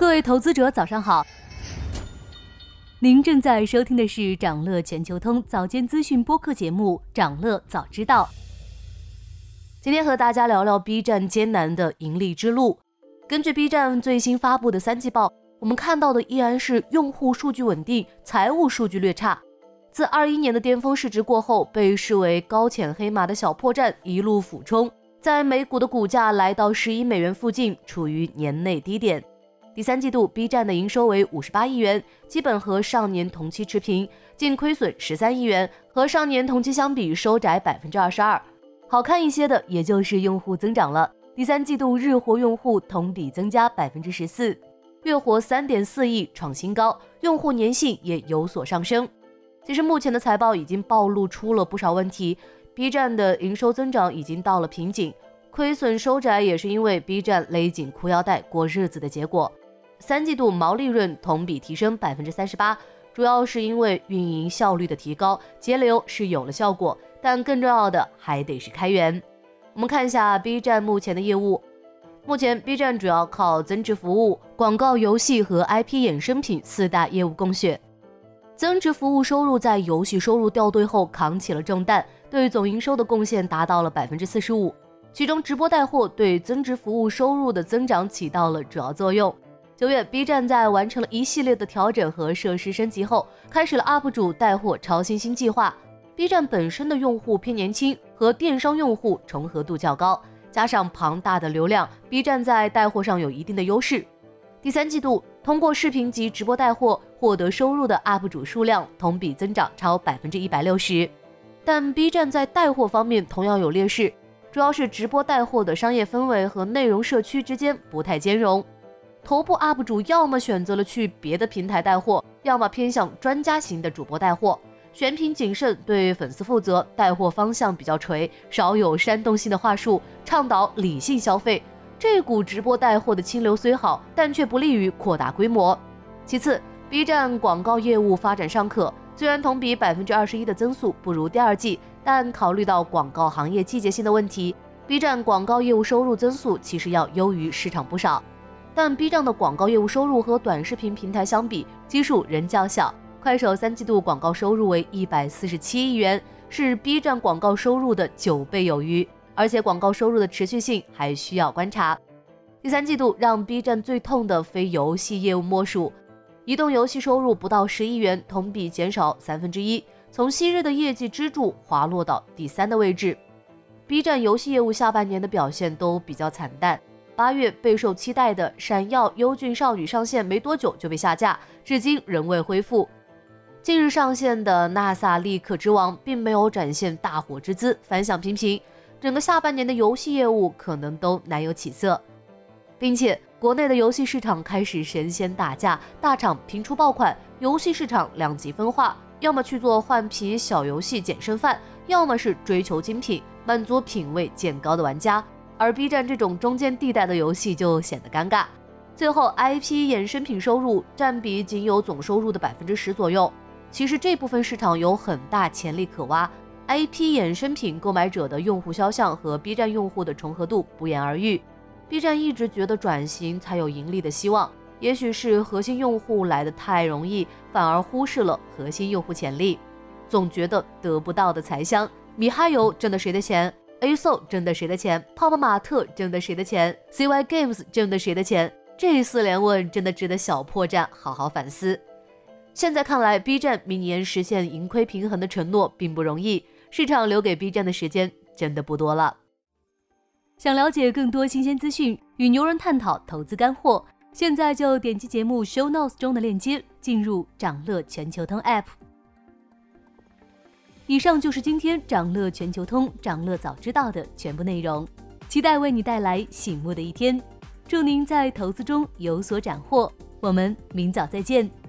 各位投资者早上好，您正在收听的是长乐全球通早间资讯播客节目长乐早知道。今天和大家聊聊 B 站艰难的盈利之路。根据 B 站最新发布的三季报，我们看到的依然是用户数据稳定，财务数据略差。自21年的巅峰市值过后，被视为高潜黑马的小破站一路俯冲，在美股的股价来到11美元附近，处于年内低点。第三季度 B 站的营收为58亿元，基本和上年同期持平，净亏损13亿元，和上年同期相比收窄 22%。 好看一些的也就是用户增长了，第三季度日活用户同比增加 14%， 月活 3.4 亿创新高，用户粘性也有所上升。其实目前的财报已经暴露出了不少问题， B 站的营收增长已经到了瓶颈，亏损收窄也是因为 B 站勒紧裤腰带过日子的结果。三季度毛利润同比提升 38%， 主要是因为运营效率的提高，节流是有了效果，但更重要的还得是开源。我们看一下 B 站目前的业务。目前 B 站主要靠增值服务、广告、游戏和 IP 衍生品四大业务供血。增值服务收入在游戏收入掉队后扛起了重担，对总营收的贡献达到了 45%， 其中直播带货对增值服务收入的增长起到了主要作用。9月 B 站在完成了一系列的调整和设施升级后，开始了 UP 主带货超新星计划。 B 站本身的用户偏年轻，和电商用户重合度较高，加上庞大的流量， B 站在带货上有一定的优势。第三季度通过视频及直播带货获得收入的 UP 主数量同比增长超 160%。 但 B 站在带货方面同样有劣势，主要是直播带货的商业氛围和内容社区之间不太兼容。头部 UP 主要么选择了去别的平台带货，要么偏向专家型的主播带货，选品谨慎，对粉丝负责，带货方向比较垂，少有煽动性的话术，倡导理性消费。这股直播带货的清流虽好，但却不利于扩大规模。其次， B 站广告业务发展尚可，虽然同比 21% 的增速不如第二季，但考虑到广告行业季节性的问题， B 站广告业务收入增速其实要优于市场不少。但 B 站的广告业务收入和短视频平台相比，基数仍较小。快手三季度广告收入为147亿元，是 B 站广告收入的9倍有余，而且广告收入的持续性还需要观察。第三季度让 B 站最痛的非游戏业务莫属，移动游戏收入不到10亿元，同比减少1/3，从昔日的业绩支柱滑落到第3的位置。 B 站游戏业务下半年的表现都比较惨淡，8月备受期待的闪耀优俊少女上线没多久就被下架，至今仍未恢复。近日上线的纳萨利克之王并没有展现大火之姿，反响平平，整个下半年的游戏业务可能都难有起色。并且国内的游戏市场开始神仙打架，大厂频出爆款，游戏市场两极分化，要么去做换皮小游戏捡剩饭，要么是追求精品，满足品味渐高的玩家。而 B 站这种中间地带的游戏就显得尴尬。最后 IP 衍生品收入占比仅有总收入的 10% 左右，其实这部分市场有很大潜力可挖。 IP 衍生品购买者的用户销向和 B 站用户的重合度不言而喻。 B 站一直觉得转型才有盈利的希望，也许是核心用户来得太容易，反而忽视了核心用户潜力，总觉得得不到的才香。米哈游挣的谁的钱，ASO 挣的谁的钱，泡泡玛特挣的谁的钱， CY Games 挣的谁的钱，这4连问真的值得小破站好好反思。现在看来 B 站明年实现盈亏平衡的承诺并不容易，市场留给 B 站的时间真的不多了。想了解更多新鲜资讯，与牛人探讨投资干货，现在就点击节目 show notes 中的链接，进入长乐全球通 app。以上就是今天长乐全球通长乐早知道的全部内容，期待为你带来醒目的一天。祝您在投资中有所斩获，我们明早再见。